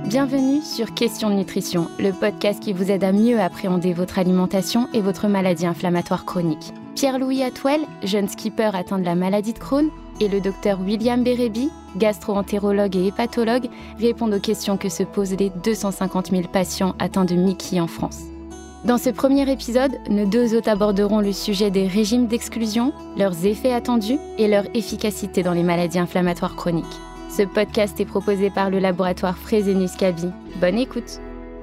Bienvenue sur Question de Nutrition, le podcast qui vous aide à mieux appréhender votre alimentation et votre maladie inflammatoire chronique. Pierre-Louis Atwell, jeune skipper atteint de la maladie de Crohn, et le docteur William Bérébi, gastro-entérologue et hépatologue, répondent aux questions que se posent les 250 000 patients atteints de MIC-I en France. Dans ce premier épisode, nos deux hôtes aborderont le sujet des régimes d'exclusion, leurs effets attendus et leur efficacité dans les maladies inflammatoires chroniques. Ce podcast est proposé par le laboratoire Fresenius Kabi. Bonne écoute.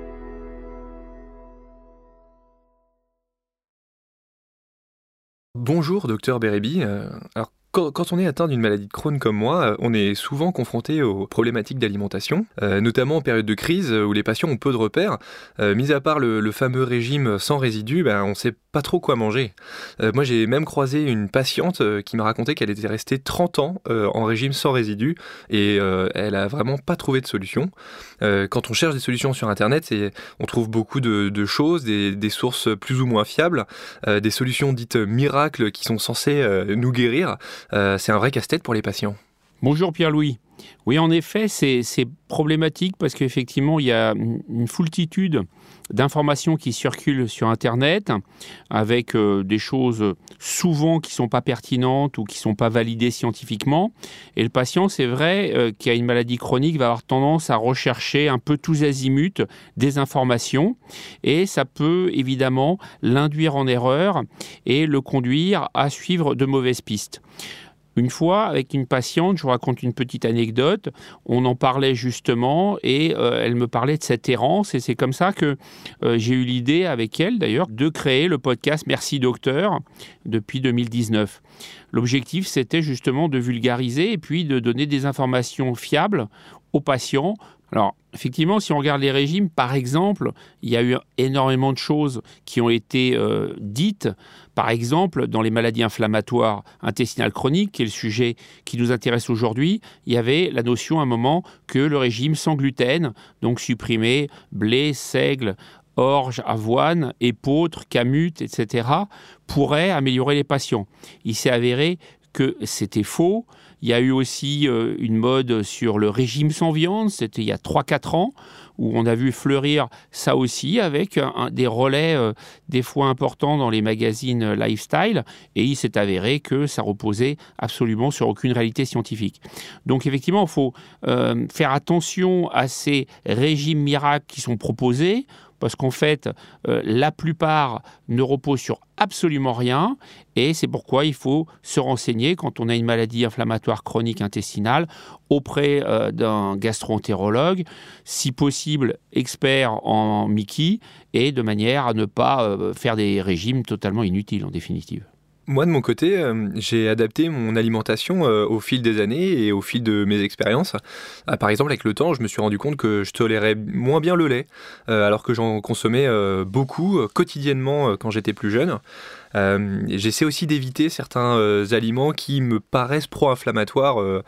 Bonjour docteur Bérébi. Alors quand on est atteint d'une maladie de Crohn comme moi, on est souvent confronté aux problématiques d'alimentation, notamment en période de crise où les patients ont peu de repères. Mis à part le fameux régime sans résidus, on ne sait pas trop quoi manger. Moi j'ai même croisé une patiente qui m'a raconté qu'elle était restée 30 ans en régime sans résidus et elle a vraiment pas trouvé de solution. Quand on cherche des solutions sur internet, on trouve beaucoup de choses, des sources plus ou moins fiables, des solutions dites miracles qui sont censées nous guérir. C'est un vrai casse-tête pour les patients. Bonjour Pierre-Louis. Oui, en effet, c'est problématique parce qu'effectivement, il y a une foultitude d'informations qui circulent sur Internet avec des choses souvent qui ne sont pas pertinentes ou qui ne sont pas validées scientifiquement. Et le patient, c'est vrai, qui a une maladie chronique, va avoir tendance à rechercher un peu tous azimuts des informations et ça peut évidemment l'induire en erreur et le conduire à suivre de mauvaises pistes. Une fois, avec une patiente, je vous raconte une petite anecdote, on en parlait justement et elle me parlait de cette errance et c'est comme ça que j'ai eu l'idée avec elle d'ailleurs de créer le podcast Merci Docteur depuis 2019. L'objectif, c'était justement de vulgariser et puis de donner des informations fiables aux patients. Alors, effectivement, si on regarde les régimes, par exemple, il y a eu énormément de choses qui ont été dites. Par exemple, dans les maladies inflammatoires intestinales chroniques, qui est le sujet qui nous intéresse aujourd'hui, il y avait la notion à un moment que le régime sans gluten, donc supprimer blé, seigle, orge, avoine, épeautre, camute, etc., pourrait améliorer les patients. Il s'est avéré que c'était faux. Il y a eu aussi une mode sur le régime sans viande, c'était il y a 3-4 ans, où on a vu fleurir ça aussi avec des relais des fois importants dans les magazines lifestyle, et il s'est avéré que ça reposait absolument sur aucune réalité scientifique. Donc effectivement, il faut faire attention à ces régimes miracles qui sont proposés, parce qu'en fait, la plupart ne reposent sur absolument rien, et c'est pourquoi il faut se renseigner quand on a une maladie inflammatoire chronique intestinale auprès d'un gastro-entérologue, si possible expert en MIC-I, et de manière à ne pas faire des régimes totalement inutiles en définitive. Moi, de mon côté, j'ai adapté mon alimentation au fil des années et au fil de mes expériences. Par exemple, avec le temps, je me suis rendu compte que je tolérais moins bien le lait, alors que j'en consommais beaucoup quotidiennement quand j'étais plus jeune. J'essaie aussi d'éviter certains aliments qui me paraissent pro-inflammatoires,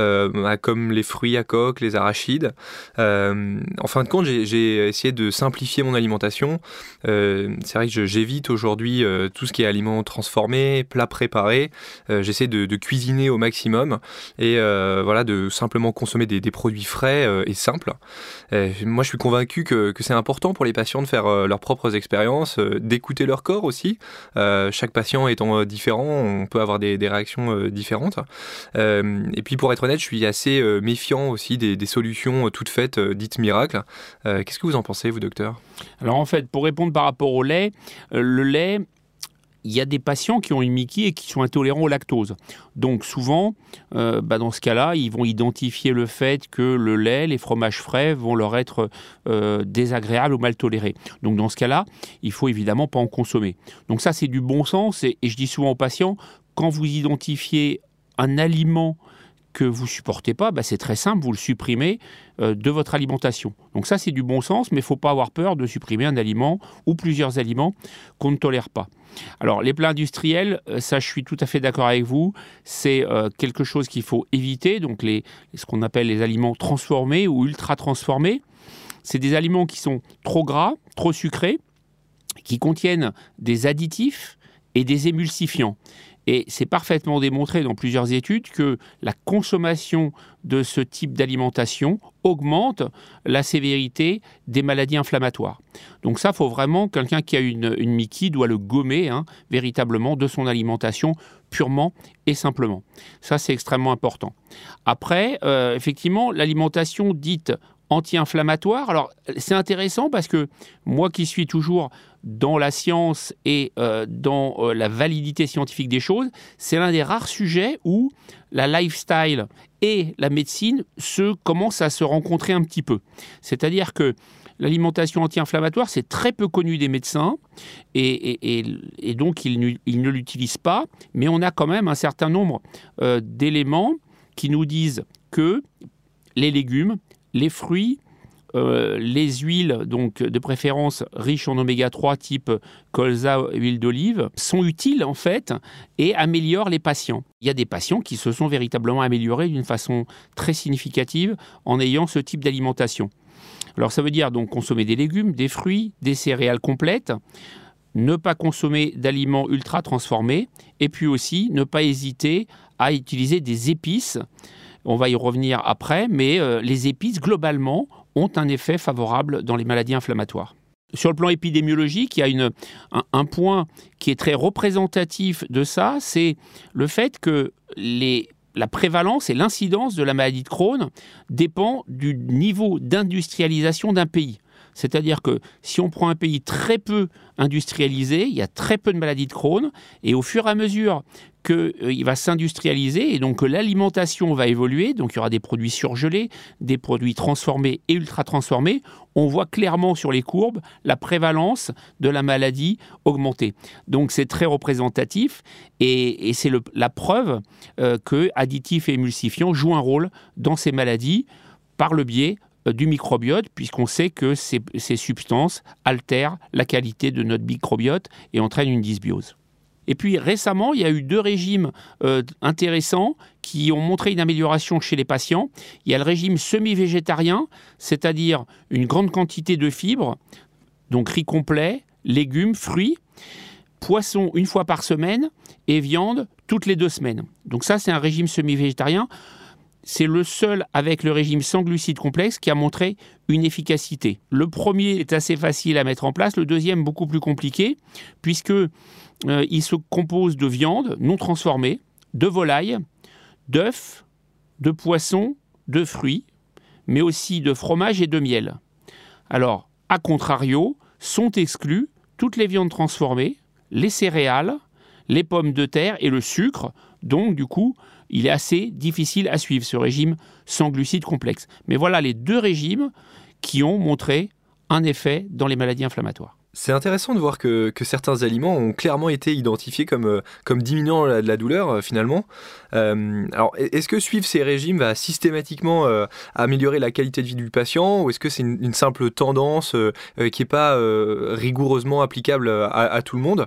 comme les fruits à coque, les arachides. En fin de compte, j'ai essayé de simplifier mon alimentation. C'est vrai que j'évite aujourd'hui tout ce qui est aliments transformés, plats préparés. J'essaie de cuisiner au maximum et de simplement consommer des produits frais et simples. Moi, je suis convaincu que c'est important pour les patients de faire leurs propres expériences, d'écouter leur corps aussi. Chaque patient étant différent, on peut avoir des réactions différentes. Et puis pour être honnête, je suis assez méfiant aussi des solutions toutes faites, dites miracles. Qu'est-ce que vous en pensez, vous, docteur ? Alors en fait, pour répondre par rapport au lait, le lait, il y a des patients qui ont une MIC-I et qui sont intolérants au lactose. Donc souvent, dans ce cas-là, ils vont identifier le fait que le lait, les fromages frais vont leur être désagréables ou mal tolérés. Donc dans ce cas-là, il faut évidemment pas en consommer. Donc ça, c'est du bon sens. Et je dis souvent aux patients, quand vous identifiez un aliment que vous ne supportez pas, c'est très simple, vous le supprimez de votre alimentation. Donc ça, c'est du bon sens, mais il ne faut pas avoir peur de supprimer un aliment ou plusieurs aliments qu'on ne tolère pas. Alors, les plats industriels, ça, je suis tout à fait d'accord avec vous, c'est quelque chose qu'il faut éviter, donc ce qu'on appelle les aliments transformés ou ultra-transformés. C'est des aliments qui sont trop gras, trop sucrés, qui contiennent des additifs et des émulsifiants. Et c'est parfaitement démontré dans plusieurs études que la consommation de ce type d'alimentation augmente la sévérité des maladies inflammatoires. Donc ça, il faut vraiment, quelqu'un qui a une Mickey doit le gommer véritablement de son alimentation purement et simplement. Ça, c'est extrêmement important. Après, effectivement, l'alimentation dite anti-inflammatoire. Alors, c'est intéressant parce que moi qui suis toujours dans la science et dans la validité scientifique des choses, c'est l'un des rares sujets où la lifestyle et la médecine commencent à se rencontrer un petit peu. C'est-à-dire que l'alimentation anti-inflammatoire, c'est très peu connu des médecins et donc ils ne l'utilisent pas, mais on a quand même un certain nombre d'éléments qui nous disent que les légumes, les fruits, les huiles, donc de préférence riches en oméga 3 type colza, huile d'olive, sont utiles en fait et améliorent les patients. Il y a des patients qui se sont véritablement améliorés d'une façon très significative en ayant ce type d'alimentation. Alors ça veut dire donc consommer des légumes, des fruits, des céréales complètes, ne pas consommer d'aliments ultra transformés et puis aussi ne pas hésiter à utiliser des épices. On va y revenir après, mais les épices, globalement, ont un effet favorable dans les maladies inflammatoires. Sur le plan épidémiologique, il y a un point qui est très représentatif de ça, c'est le fait que la prévalence et l'incidence de la maladie de Crohn dépend du niveau d'industrialisation d'un pays. C'est-à-dire que si on prend un pays très peu industrialisé, il y a très peu de maladies de Crohn, et au fur et à mesure qu'il va s'industrialiser et donc que l'alimentation va évoluer, donc il y aura des produits surgelés, des produits transformés et ultra transformés, on voit clairement sur les courbes la prévalence de la maladie augmenter. Donc c'est très représentatif et c'est la preuve que additifs et émulsifiants jouent un rôle dans ces maladies par le biais du microbiote, puisqu'on sait que ces substances altèrent la qualité de notre microbiote et entraînent une dysbiose. Et puis récemment, il y a eu 2 régimes intéressants qui ont montré une amélioration chez les patients. Il y a le régime semi-végétarien, c'est-à-dire une grande quantité de fibres, donc riz complet, légumes, fruits, poisson 1 fois par semaine et viande toutes les 2 semaines. Donc ça, c'est un régime semi-végétarien. C'est le seul avec le régime sans glucides complexes qui a montré une efficacité. Le premier est assez facile à mettre en place, le deuxième beaucoup plus compliqué, puisque il se compose de viande non transformée, de volaille, d'œufs, de poissons, de fruits, mais aussi de fromage et de miel. Alors, à contrario, sont exclus toutes les viandes transformées, les céréales, les pommes de terre et le sucre. Donc, du coup, il est assez difficile à suivre, ce régime sans glucides complexes. Mais voilà les 2 régimes qui ont montré un effet dans les maladies inflammatoires. C'est intéressant de voir que certains aliments ont clairement été identifiés comme diminuant la douleur, finalement. Alors, est-ce que suivre ces régimes va systématiquement améliorer la qualité de vie du patient, ou est-ce que c'est une simple tendance qui n'est pas rigoureusement applicable à tout le monde ?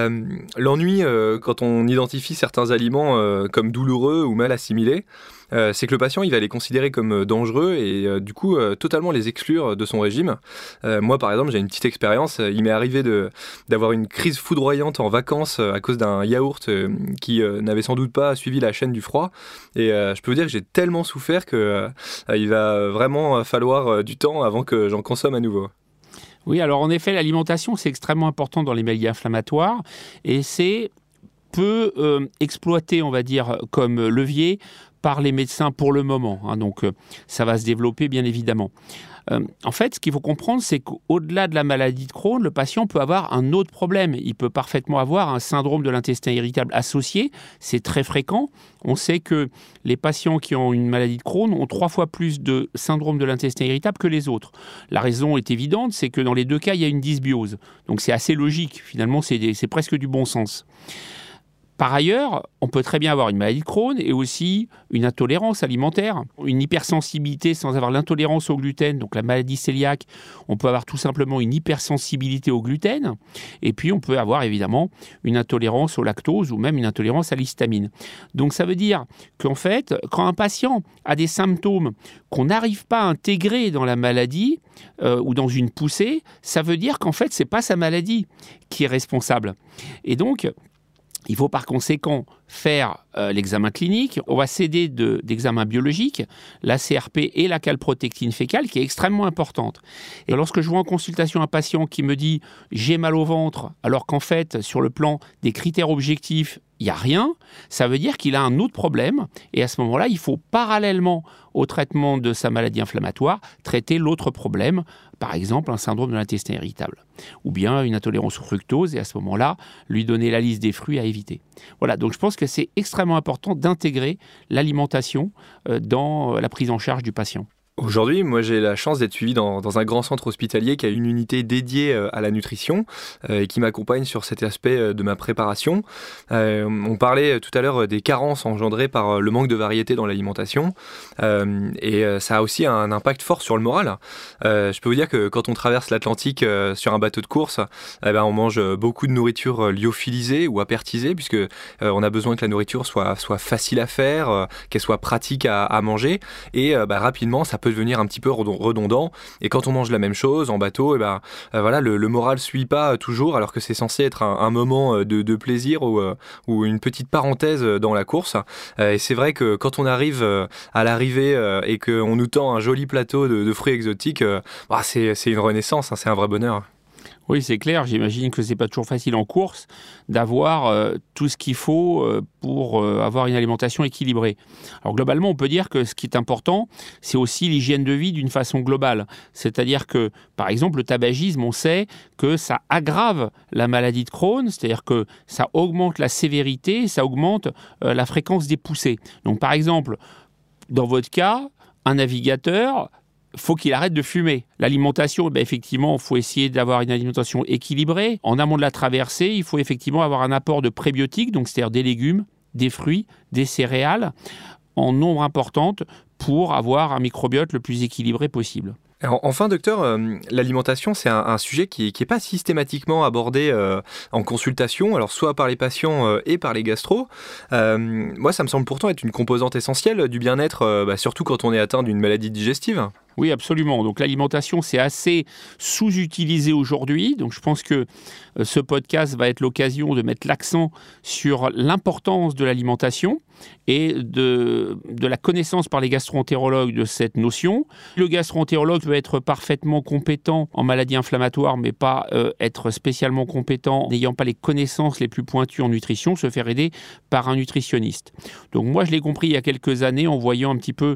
L'ennui, quand on identifie certains aliments comme douloureux ou mal assimilés, c'est que le patient il va les considérer comme dangereux et du coup totalement les exclure de son régime. Moi par exemple j'ai une petite expérience, il m'est arrivé d'avoir une crise foudroyante en vacances à cause d'un yaourt qui n'avait sans doute pas suivi la chaîne du froid et je peux vous dire que j'ai tellement souffert que il va vraiment falloir du temps avant que j'en consomme à nouveau. Oui, alors en effet l'alimentation c'est extrêmement important dans les maladies inflammatoires et c'est peu exploité on va dire comme levier par les médecins pour le moment. Donc, ça va se développer, bien évidemment. En fait, ce qu'il faut comprendre, c'est qu'au-delà de la maladie de Crohn, le patient peut avoir un autre problème. Il peut parfaitement avoir un syndrome de l'intestin irritable associé. C'est très fréquent. On sait que les patients qui ont une maladie de Crohn ont 3 fois plus de syndrome de l'intestin irritable que les autres. La raison est évidente, c'est que dans les 2 cas, il y a une dysbiose. Donc, c'est assez logique. Finalement, c'est presque du bon sens. Par ailleurs, on peut très bien avoir une maladie de Crohn et aussi une intolérance alimentaire, une hypersensibilité sans avoir l'intolérance au gluten, donc la maladie cœliaque. On peut avoir tout simplement une hypersensibilité au gluten et puis on peut avoir évidemment une intolérance au lactose ou même une intolérance à l'histamine. Donc ça veut dire qu'en fait, quand un patient a des symptômes qu'on n'arrive pas à intégrer dans la maladie ou dans une poussée, ça veut dire qu'en fait, ce n'est pas sa maladie qui est responsable. Et donc, Il faut par conséquent faire l'examen clinique. On va s'aider d'examens biologiques, la CRP et la calprotectine fécale, qui est extrêmement importante. Et lorsque je vois en consultation un patient qui me dit « j'ai mal au ventre », alors qu'en fait, sur le plan des critères objectifs, il n'y a rien, ça veut dire qu'il a un autre problème. Et à ce moment-là, il faut parallèlement au traitement de sa maladie inflammatoire, traiter l'autre problème, par exemple un syndrome de l'intestin irritable, ou bien une intolérance au fructose, et à ce moment-là, lui donner la liste des fruits à éviter. Voilà, donc je pense que c'est extrêmement important d'intégrer l'alimentation dans la prise en charge du patient. Aujourd'hui, moi j'ai la chance d'être suivi dans un grand centre hospitalier qui a une unité dédiée à la nutrition et qui m'accompagne sur cet aspect de ma préparation. On parlait tout à l'heure des carences engendrées par le manque de variété dans l'alimentation et ça a aussi un impact fort sur le moral. Je peux vous dire que quand on traverse l'Atlantique sur un bateau de course, on mange beaucoup de nourriture lyophilisée ou apertisée puisque on a besoin que la nourriture soit facile à faire, qu'elle soit pratique à manger et rapidement ça peut devenir un petit peu redondant et quand on mange la même chose en bateau le moral suit pas toujours alors que c'est censé être un moment de plaisir ou une petite parenthèse dans la course et c'est vrai que quand on arrive à l'arrivée et qu'on nous tend un joli plateau de fruits exotiques c'est une renaissance, c'est un vrai bonheur. Oui, c'est clair. J'imagine que c'est pas toujours facile en course d'avoir tout ce qu'il faut pour avoir une alimentation équilibrée. Alors globalement, on peut dire que ce qui est important, c'est aussi l'hygiène de vie d'une façon globale. C'est-à-dire que, par exemple, le tabagisme, on sait que ça aggrave la maladie de Crohn, c'est-à-dire que ça augmente la sévérité, ça augmente la fréquence des poussées. Donc par exemple, dans votre cas, un navigateur, faut qu'il arrête de fumer. L'alimentation, effectivement, il faut essayer d'avoir une alimentation équilibrée. En amont de la traversée, il faut effectivement avoir un apport de prébiotiques, donc c'est-à-dire des légumes, des fruits, des céréales, en nombre important pour avoir un microbiote le plus équilibré possible. Alors, enfin, docteur, l'alimentation, c'est un sujet qui est pas systématiquement abordé en consultation, alors soit par les patients et par les gastros. Moi, ça me semble pourtant être une composante essentielle du bien-être, surtout quand on est atteint d'une maladie digestive. Oui, absolument. Donc l'alimentation, c'est assez sous-utilisé aujourd'hui. Donc je pense que ce podcast va être l'occasion de mettre l'accent sur l'importance de l'alimentation et de la connaissance par les gastro-entérologues de cette notion. Le gastro-entérologue peut être parfaitement compétent en maladie inflammatoire, mais pas être spécialement compétent, n'ayant pas les connaissances les plus pointues en nutrition, se faire aider par un nutritionniste. Donc moi, je l'ai compris il y a quelques années en voyant un petit peu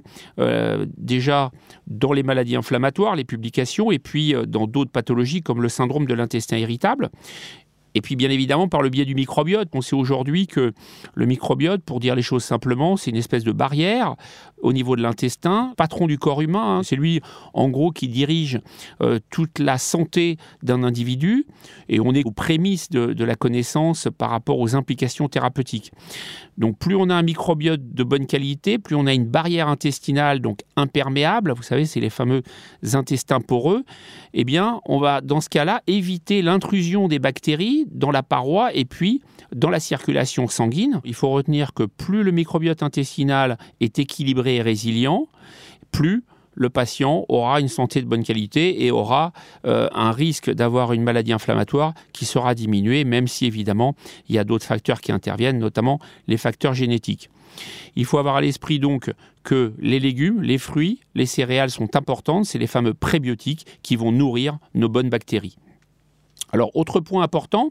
déjà dans les maladies inflammatoires, les publications, et puis dans d'autres pathologies comme le syndrome de l'intestin irritable. Et puis, bien évidemment, par le biais du microbiote. On sait aujourd'hui que le microbiote, pour dire les choses simplement, c'est une espèce de barrière au niveau de l'intestin, patron du corps humain. C'est lui, en gros, qui dirige toute la santé d'un individu. Et on est aux prémices de la connaissance par rapport aux implications thérapeutiques. Donc, plus on a un microbiote de bonne qualité, plus on a une barrière intestinale, donc imperméable. Vous savez, c'est les fameux intestins poreux. Eh bien, on va, dans ce cas-là, éviter l'intrusion des bactéries dans la paroi et puis dans la circulation sanguine. Il faut retenir que plus le microbiote intestinal est équilibré et résilient, plus le patient aura une santé de bonne qualité et aura un risque d'avoir une maladie inflammatoire qui sera diminué, même si évidemment il y a d'autres facteurs qui interviennent, notamment les facteurs génétiques. Il faut avoir à l'esprit donc que les légumes, les fruits, les céréales sont importantes, c'est les fameux prébiotiques qui vont nourrir nos bonnes bactéries. Alors, autre point important,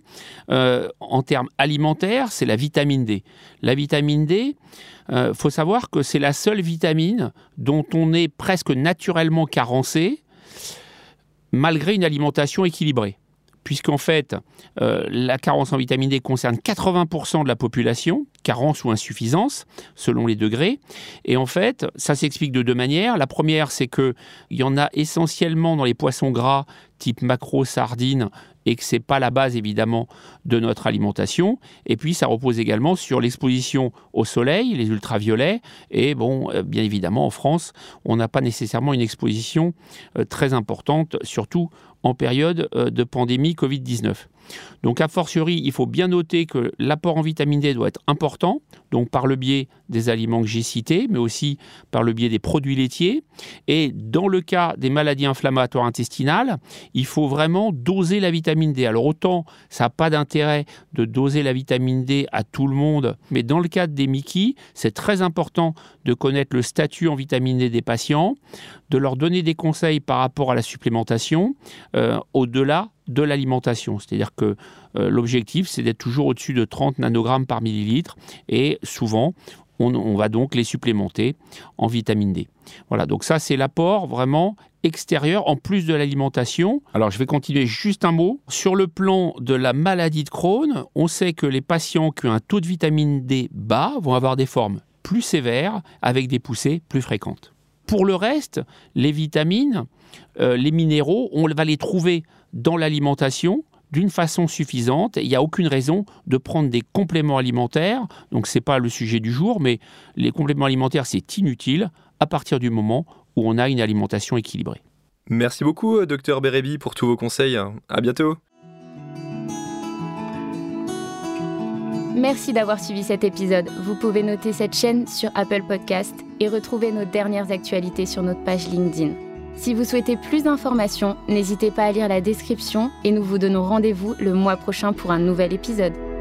en termes alimentaires, c'est la vitamine D. La vitamine D, faut savoir que c'est la seule vitamine dont on est presque naturellement carencé, malgré une alimentation équilibrée. Puisqu'en fait, la carence en vitamine D concerne 80% de la population, carence ou insuffisance, selon les degrés. Et en fait, ça s'explique de deux manières. La première, c'est qu'il y en a essentiellement dans les poissons gras, type maquereau, sardines, et que ce n'est pas la base, évidemment, de notre alimentation. Et puis, ça repose également sur l'exposition au soleil, les ultraviolets. Et bon, bien évidemment, en France, on n'a pas nécessairement une exposition très importante, surtout en période de pandémie Covid-19. Donc, a fortiori, il faut bien noter que l'apport en vitamine D doit être important, donc par le biais des aliments que j'ai cités, mais aussi par le biais des produits laitiers. Et dans le cas des maladies inflammatoires intestinales, il faut vraiment doser la vitamine D. Alors autant, ça n'a pas d'intérêt de doser la vitamine D à tout le monde, mais dans le cas des MICI, c'est très important de connaître le statut en vitamine D des patients, de leur donner des conseils par rapport à la supplémentation, au-delà de l'alimentation. C'est-à-dire que l'objectif, c'est d'être toujours au-dessus de 30 nanogrammes par millilitre et souvent, on va donc les supplémenter en vitamine D. Voilà, donc ça, c'est l'apport vraiment extérieur en plus de l'alimentation. Alors, je vais continuer juste un mot. Sur le plan de la maladie de Crohn, on sait que les patients qui ont un taux de vitamine D bas vont avoir des formes plus sévères avec des poussées plus fréquentes. Pour le reste, les vitamines, les minéraux, on va les trouver dans l'alimentation d'une façon suffisante. Il n'y a aucune raison de prendre des compléments alimentaires. Donc, ce n'est pas le sujet du jour, mais les compléments alimentaires, c'est inutile à partir du moment où on a une alimentation équilibrée. Merci beaucoup, Dr Bérébi, pour tous vos conseils. À bientôt. Merci d'avoir suivi cet épisode. Vous pouvez noter cette chaîne sur Apple Podcast et retrouver nos dernières actualités sur notre page LinkedIn. Si vous souhaitez plus d'informations, n'hésitez pas à lire la description et nous vous donnons rendez-vous le mois prochain pour un nouvel épisode.